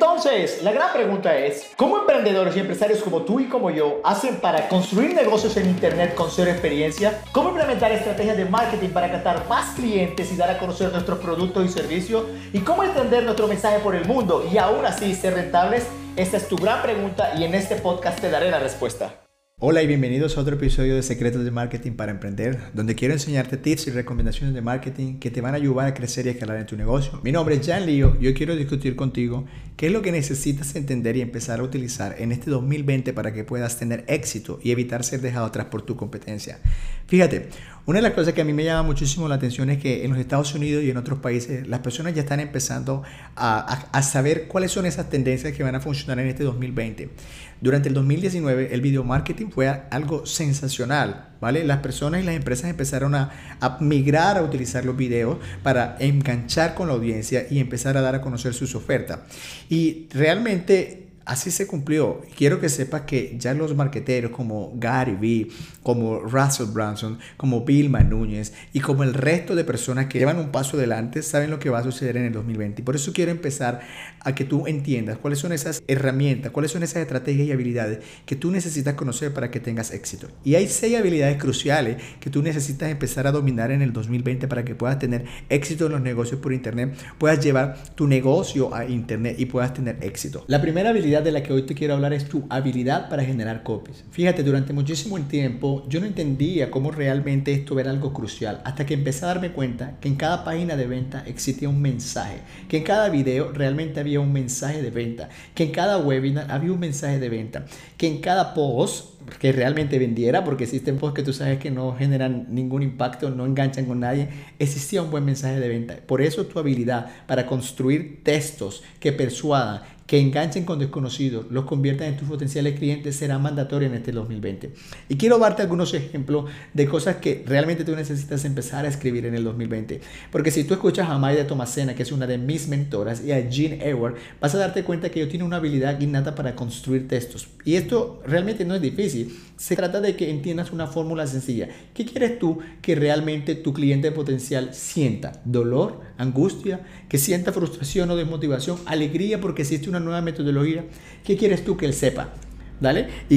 Entonces, la gran pregunta es, ¿cómo emprendedores y empresarios como tú y como yo hacen para construir negocios en Internet con cero experiencia? ¿Cómo implementar estrategias de marketing para captar más clientes y dar a conocer nuestros productos y servicios? ¿Y cómo extender nuestro mensaje por el mundo y aún así ser rentables? Esta es tu gran pregunta y en este podcast te daré la respuesta. Hola y bienvenidos a otro episodio de Secretos de Marketing para Emprender, donde quiero enseñarte tips y recomendaciones de marketing que te van a ayudar a crecer y escalar en tu negocio. Mi nombre es Jan Lío y hoy quiero discutir contigo qué es lo que necesitas entender y empezar a utilizar en este 2020 para que puedas tener éxito y evitar ser dejado atrás por tu competencia. Fíjate, una de las cosas que a mí me llama muchísimo la atención es que en los Estados Unidos y en otros países las personas ya están empezando a saber cuáles son esas tendencias que van a funcionar en este 2020. Durante el 2019 el video marketing fue algo sensacional, ¿vale? Las personas y las empresas empezaron a migrar a utilizar los videos para enganchar con la audiencia y empezar a dar a conocer sus ofertas. Y realmente así se cumplió. Quiero que sepas que ya los marqueteros como Gary Vee, como Russell Brunson, como Vilma Núñez y como el resto de personas que llevan un paso adelante saben lo que va a suceder en el 2020. Y por eso quiero empezar a que tú entiendas cuáles son esas herramientas, cuáles son esas estrategias y habilidades que tú necesitas conocer para que tengas éxito. Y hay 6 habilidades cruciales que tú necesitas empezar a dominar en el 2020 para que puedas tener éxito en los negocios por Internet, puedas llevar tu negocio a Internet y puedas tener éxito. La primera habilidad de la que hoy te quiero hablar es tu habilidad para generar copies. Fíjate, durante muchísimo tiempo yo no entendía cómo realmente esto era algo crucial hasta que empecé a darme cuenta que en cada página de venta existía un mensaje, que en cada video realmente había un mensaje de venta, que en cada webinar había un mensaje de venta, que en cada post que realmente vendiera, porque existen posts que tú sabes que no generan ningún impacto, no enganchan con nadie, existía un buen mensaje de venta. Por eso tu habilidad para construir textos que persuadan, que enganchen con desconocidos, los conviertan en tus potenciales clientes, será mandatoria en este 2020. Y quiero darte algunos ejemplos de cosas que realmente tú necesitas empezar a escribir en el 2020. Porque si tú escuchas a Mayra Tomasena, que es una de mis mentoras, y a Gene Ewart, vas a darte cuenta que ellos tienen una habilidad innata para construir textos. Y esto realmente no es difícil. Se trata de que entiendas una fórmula sencilla. ¿Qué quieres tú que realmente tu cliente potencial sienta? ¿Dolor? ¿Angustia? ¿Que sienta frustración o desmotivación? ¿Alegría porque existe una nueva metodología? ¿Qué quieres tú que él sepa? ¿Dale?